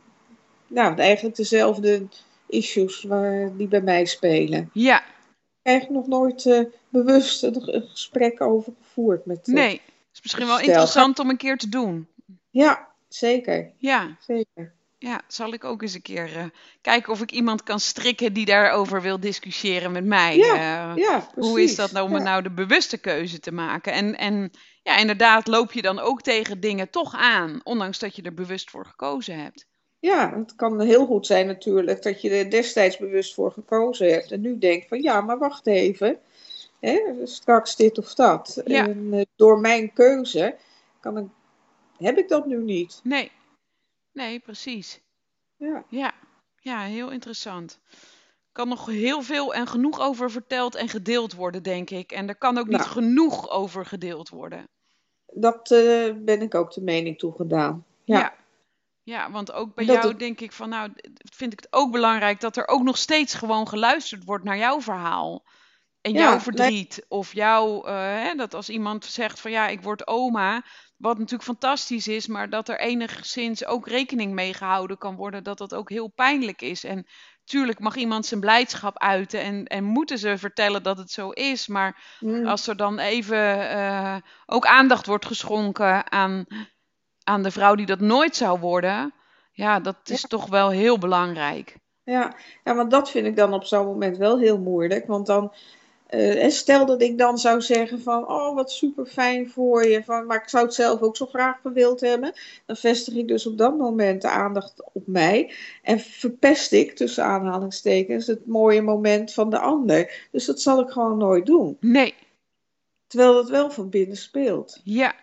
nou, eigenlijk dezelfde issues waar, die bij mij spelen. ja. Eigenlijk nog nooit eh, bewust een, een gesprek over gevoerd met eh, Nee, is misschien het wel stel. Ga- interessant om een keer te doen. Ja, zeker. Ja, Zeker. ja, zal ik ook eens een keer eh, kijken of ik iemand kan strikken die daarover wil discussiëren met mij. Ja, Eh, ja, hoe is dat precies. nou om Ja. nou de bewuste keuze te maken? En, en ja, inderdaad loop je dan ook tegen dingen toch aan, ondanks dat je er bewust voor gekozen hebt. Ja, het kan heel goed zijn natuurlijk dat je er destijds bewust voor gekozen hebt. En nu denkt van ja, maar wacht even. Hè, straks dit of dat. Ja, En eh, door mijn keuze kan ik, heb ik dat nu niet. nee, nee, precies. Ja, Ja, ja, heel interessant. Kan nog heel veel en genoeg over verteld en gedeeld worden, denk ik. En er kan ook niet nou, genoeg over gedeeld worden. dat eh, ben ik ook de mening toegedaan. Ja, Ja, ja, want ook bij en dat jou het, denk ik van, nou, vind ik het ook belangrijk dat er ook nog steeds gewoon geluisterd wordt naar jouw verhaal. En jouw ja, nee, verdriet. Of jouw, eh, hè, dat als iemand zegt van ja, ik word oma. Wat natuurlijk fantastisch is, maar dat er enigszins ook rekening mee gehouden kan worden dat dat ook heel pijnlijk is. En tuurlijk mag iemand zijn blijdschap uiten en, en moeten ze vertellen dat het zo is. Maar mm, als er dan even eh, ook aandacht wordt geschonken aan, aan de vrouw die dat nooit zou worden, ja, dat ja, is toch wel heel belangrijk. ja, ja, want dat vind ik dan op zo'n moment wel heel moeilijk. Want dan Uh, en stel dat ik dan zou zeggen van, oh wat super fijn voor je, van, maar ik zou het zelf ook zo graag gewild hebben. Dan vestig ik dus op dat moment de aandacht op mij en verpest ik, tussen aanhalingstekens, het mooie moment van de ander. Dus dat zal ik gewoon nooit doen. Nee, Terwijl het wel van binnen speelt. ja,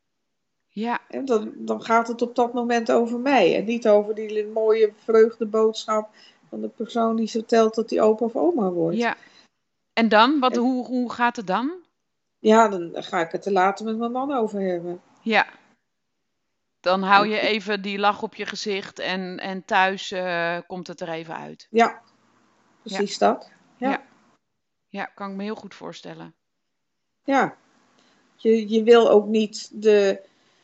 ja, En dan, dan gaat het op dat moment over mij en niet over die mooie vreugdeboodschap van de persoon die vertelt dat die opa of oma wordt. ja. En dan? Wat, En hoe, hoe gaat het dan? ja, dan ga ik het er later met mijn man over hebben. Ja, dan hou En je even die lach op je gezicht en, en thuis eh, komt het er even uit. ja, Ja, precies dat. ja, Ja, ja, kan ik me heel goed voorstellen. ja. Je, je wil ook niet de,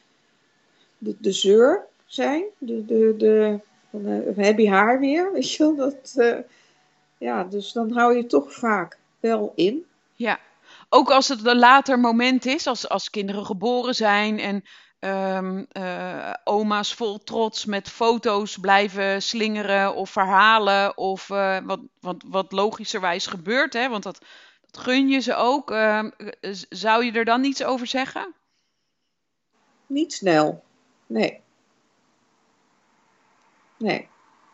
de, de zeur zijn. De, de, de, van, eh, heb je haar weer? Weet je wel? Dat, eh, ja, dus dan hou je toch vaak wel in. Ja, ook als het een later moment is, als, als kinderen geboren zijn en ehm, eh, oma's vol trots met foto's blijven slingeren of verhalen of eh, wat, wat, wat logischerwijs gebeurt, hè, want dat, dat gun je ze ook. Ehm, z- zou je er dan iets over zeggen? Niet snel. Nee, nee,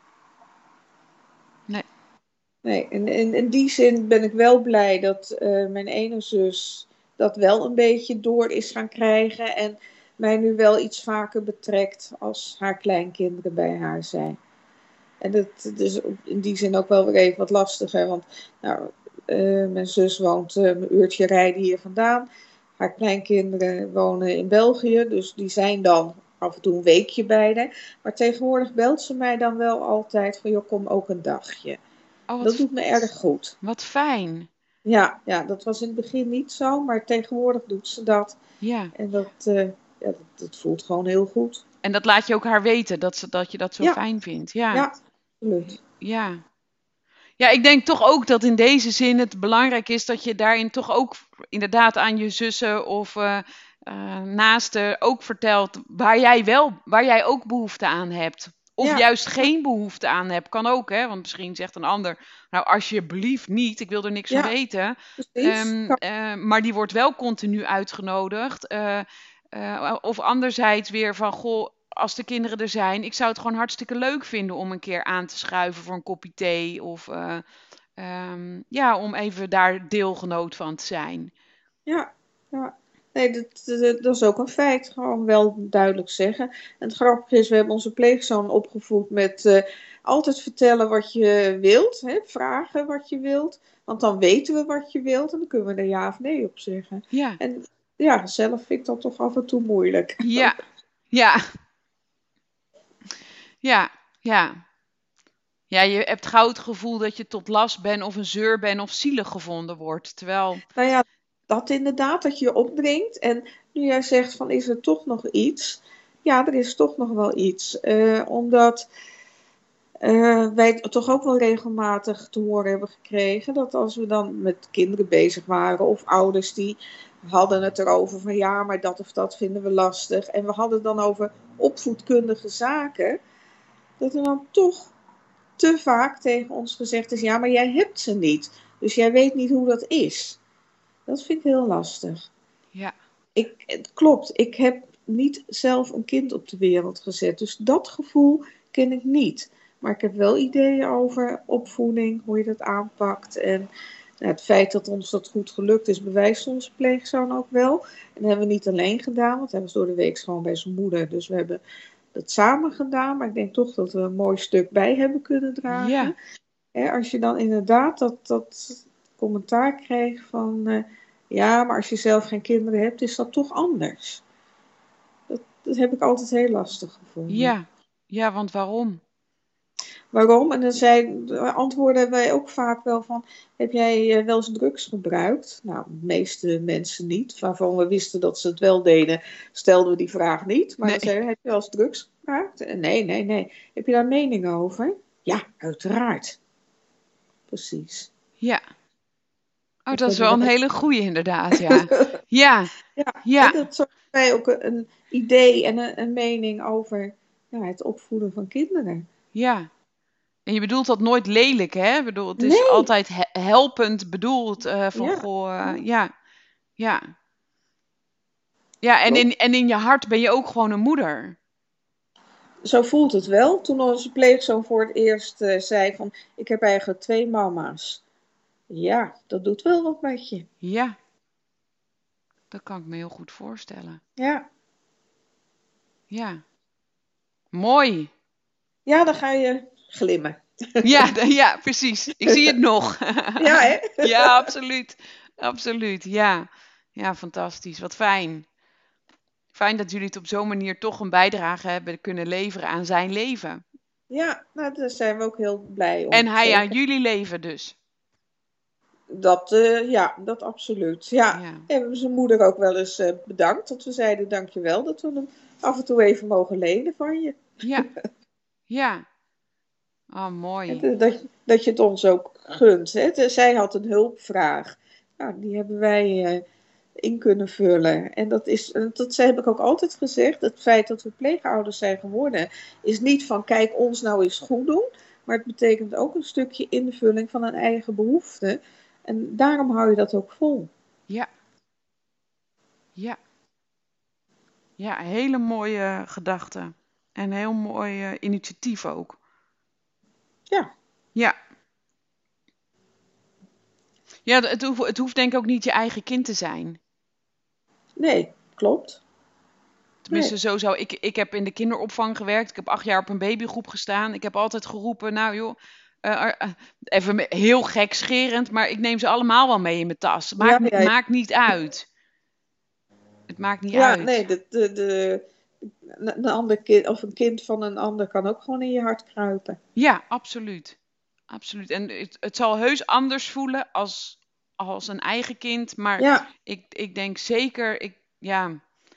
Nee. nee. En in, in die zin ben ik wel blij dat eh, mijn ene zus dat wel een beetje door is gaan krijgen. En mij nu wel iets vaker betrekt als haar kleinkinderen bij haar zijn. En dat is in die zin ook wel weer even wat lastiger. Want nou, uh, mijn zus woont uh, een uurtje rijden hier vandaan. Haar kleinkinderen wonen in België. Dus die zijn dan af en toe een weekje bij haar. Maar tegenwoordig belt ze mij dan wel altijd van, joh, kom ook een dagje. Oh, wat, Dat f- doet me erg goed. wat fijn. Ja, ja, dat was in het begin niet zo. Maar tegenwoordig doet ze dat. Ja. En dat, uh, ja, dat, dat voelt gewoon heel goed. En dat laat je ook haar weten, dat, ze, dat je dat zo Ja, fijn vindt. Ja. ja, absoluut. Ja. Ja, ik denk toch ook dat in deze zin het belangrijk is dat je daarin toch ook inderdaad aan je zussen of eh eh, naasten ook vertelt waar jij wel, waar jij ook behoefte aan hebt. Of Ja, juist geen behoefte aan hebt, kan ook, hè? Want misschien zegt een ander, nou alsjeblieft niet, ik wil er niks van ja, weten. precies. Ehm, eh, maar die wordt wel continu uitgenodigd. Eh, eh, of anderzijds weer van, goh, als de kinderen er zijn, ik zou het gewoon hartstikke leuk vinden om een keer aan te schuiven voor een kopje thee. Of eh, ehm, ja, om even daar deelgenoot van te zijn. Ja, ja. Nee, dat, dat, dat is ook een feit. Gewoon wel duidelijk zeggen. En het grappige is, we hebben onze pleegzoon opgevoed met eh, altijd vertellen wat je wilt. Hè? Vragen wat je wilt. Want dan weten we wat je wilt en dan kunnen we er ja of nee op zeggen. Ja, En ja, zelf vind ik dat toch af en toe moeilijk. ja, ja, ja, ja. Ja, je hebt gauw het gevoel dat je tot last bent of een zeur bent of zielig gevonden wordt. Terwijl, Nou ja, dat inderdaad, dat je je opdringt. En nu jij zegt van is er toch nog iets? Ja, er is toch nog wel iets. Eh, omdat eh, wij toch ook wel regelmatig te horen hebben gekregen dat als we dan met kinderen bezig waren of ouders die hadden het erover van ja, maar dat of dat vinden we lastig. En we hadden het dan over opvoedkundige zaken. Dat er dan toch te vaak tegen ons gezegd is ja, maar jij hebt ze niet. Dus jij weet niet hoe dat is. Dat vind ik heel lastig. ja, Ik, het klopt, ik heb niet zelf een kind op de wereld gezet. Dus dat gevoel ken ik niet. Maar ik heb wel ideeën over opvoeding, hoe je dat aanpakt. En nou, het feit dat ons dat goed gelukt is, bewijst onze pleegzoon ook wel. En dat hebben we niet alleen gedaan, want hij was door de week gewoon bij zijn moeder. Dus we hebben dat samen gedaan. Maar ik denk toch dat we een mooi stuk bij hebben kunnen ja, dragen. Hè, als je dan inderdaad dat, dat commentaar kreeg van... eh, ja, maar als je zelf geen kinderen hebt, is dat toch anders. Dat, dat heb ik altijd heel lastig gevonden. ja. Ja, want waarom? Waarom? En dan zei, antwoorden wij ook vaak wel van... Heb jij eh, wel eens drugs gebruikt? Nou, de meeste mensen niet. Waarvan we wisten dat ze het wel deden, stelden we die vraag niet. Maar dan Nee. zeiden we, heb je wel eens drugs gebruikt? En nee, nee, nee. Heb je daar mening over? Ja, uiteraard. Precies. Ja. Oh, Dat dat is hebben wel een wij. hele goeie inderdaad, ja. Ja, Ja, en ja, dat zorgt mij ook een, een idee en een, een mening over ja, het opvoeden van kinderen. ja. En je bedoelt dat nooit lelijk, hè? Ik bedoel, het is Nee, altijd he- helpend bedoeld. eh, van, ja, goh, ja, eh, ja, ja. Ja, en in, klopt. en in je hart ben je ook gewoon een moeder. Zo voelt het wel. Toen onze pleegzoon voor het eerst eh, zei van, ik heb eigenlijk twee mama's. Ja, dat doet wel wat met je. Ja, dat kan ik me heel goed voorstellen. Ja, Ja, mooi. ja, dan ga je glimmen. Ja, d- ja, precies. Ik zie het nog. Ja, hè? Ja, absoluut. Absoluut, ja. Ja, fantastisch. Wat fijn. Fijn dat jullie het op zo'n manier toch een bijdrage hebben kunnen leveren aan zijn leven. Ja, nou, daar zijn we ook heel blij En om. hij aan Zeker. jullie leven dus. Dat, eh, ja, dat absoluut. Ja, Ja, we hebben zijn moeder ook wel eens eh, bedankt. Dat we zeiden, dankjewel dat we hem af en toe even mogen lenen van je. ja, ja. Oh, En mooi. de- dat, dat je het ons ook gunt. Hè. De- zij had een hulpvraag. Nou, die hebben wij eh, in kunnen vullen. En dat is, en dat heb ik ook altijd gezegd. Het feit dat we pleegouders zijn geworden, is niet van kijk ons nou eens goed doen. Maar het betekent ook een stukje invulling van een eigen behoefte. En daarom hou je dat ook vol. Ja, ja, ja. Hele mooie gedachte. En heel mooi eh, initiatief ook. Ja, Ja, ja het, het, hoeft, het hoeft denk ik ook niet je eigen kind te zijn. nee, klopt. Tenminste, Nee. zo zou ik. Ik heb in de kinderopvang gewerkt. Ik heb acht jaar op een babygroep gestaan. Ik heb altijd geroepen, nou joh, eh, eh, even me- heel gekscherend, maar ik neem ze allemaal wel mee in mijn tas. Ja, Maakt, ni- ja, maakt niet uit. Het maakt niet ja, nee, uit. de, de, de, een ander kind of een kind van een ander kan ook gewoon in je hart kruipen. Ja, absoluut. Absoluut. En het, het zal heus anders voelen als, als een eigen kind, maar Ja, ik, ik denk zeker, ik, ja,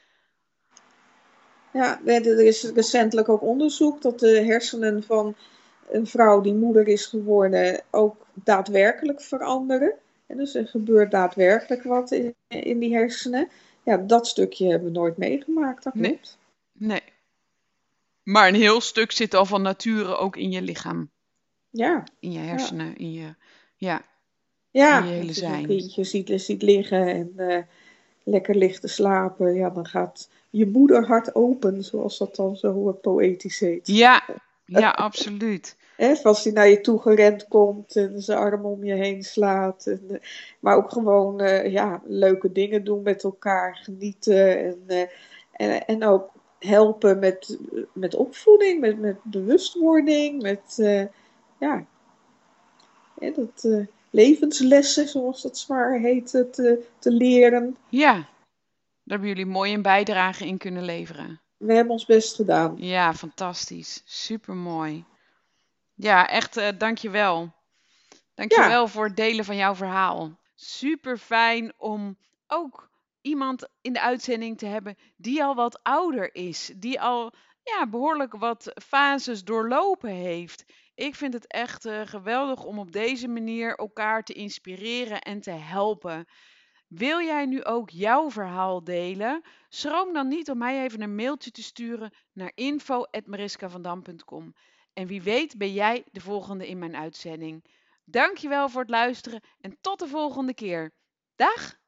ja, er is recentelijk ook onderzoek dat de hersenen van een vrouw die moeder is geworden ook daadwerkelijk veranderen. En dus er gebeurt daadwerkelijk wat in, in die hersenen. Ja, dat stukje hebben we nooit meegemaakt, dat nee, klopt. nee. Maar een heel stuk zit al van nature ook in je lichaam, Ja, in je ja. hersenen, in je, ja, in je Ja, hele als je zo'n zijn. kindje ziet, ziet liggen en eh, lekker ligt te slapen, ja, dan gaat je moederhart open, zoals dat dan zo eh, poëtisch heet. Ja, Ja, absoluut. Hè, als hij naar je toe gerend komt en zijn arm om je heen slaat. En, eh, maar ook gewoon eh, ja, leuke dingen doen met elkaar, genieten. En, eh, en, en ook helpen met, met opvoeding, met, met bewustwording, met eh, ja, hè, dat, eh, levenslessen, zoals dat zwaar heet, te, te leren. Ja, daar hebben jullie mooi een bijdrage in kunnen leveren. We hebben ons best gedaan. Ja, fantastisch. Supermooi. Ja, echt, eh dankjewel. Ja, Dankjewel voor het delen van jouw verhaal. Super fijn om ook iemand in de uitzending te hebben die al wat ouder is, die al ja, behoorlijk wat fases doorlopen heeft. Ik vind het echt eh, geweldig om op deze manier elkaar te inspireren en te helpen. Wil jij nu ook jouw verhaal delen? Schroom dan niet om mij even een mailtje te sturen naar info at mariskavandam punt com. En wie weet ben jij de volgende in mijn uitzending. Dankjewel voor het luisteren en tot de volgende keer. Dag!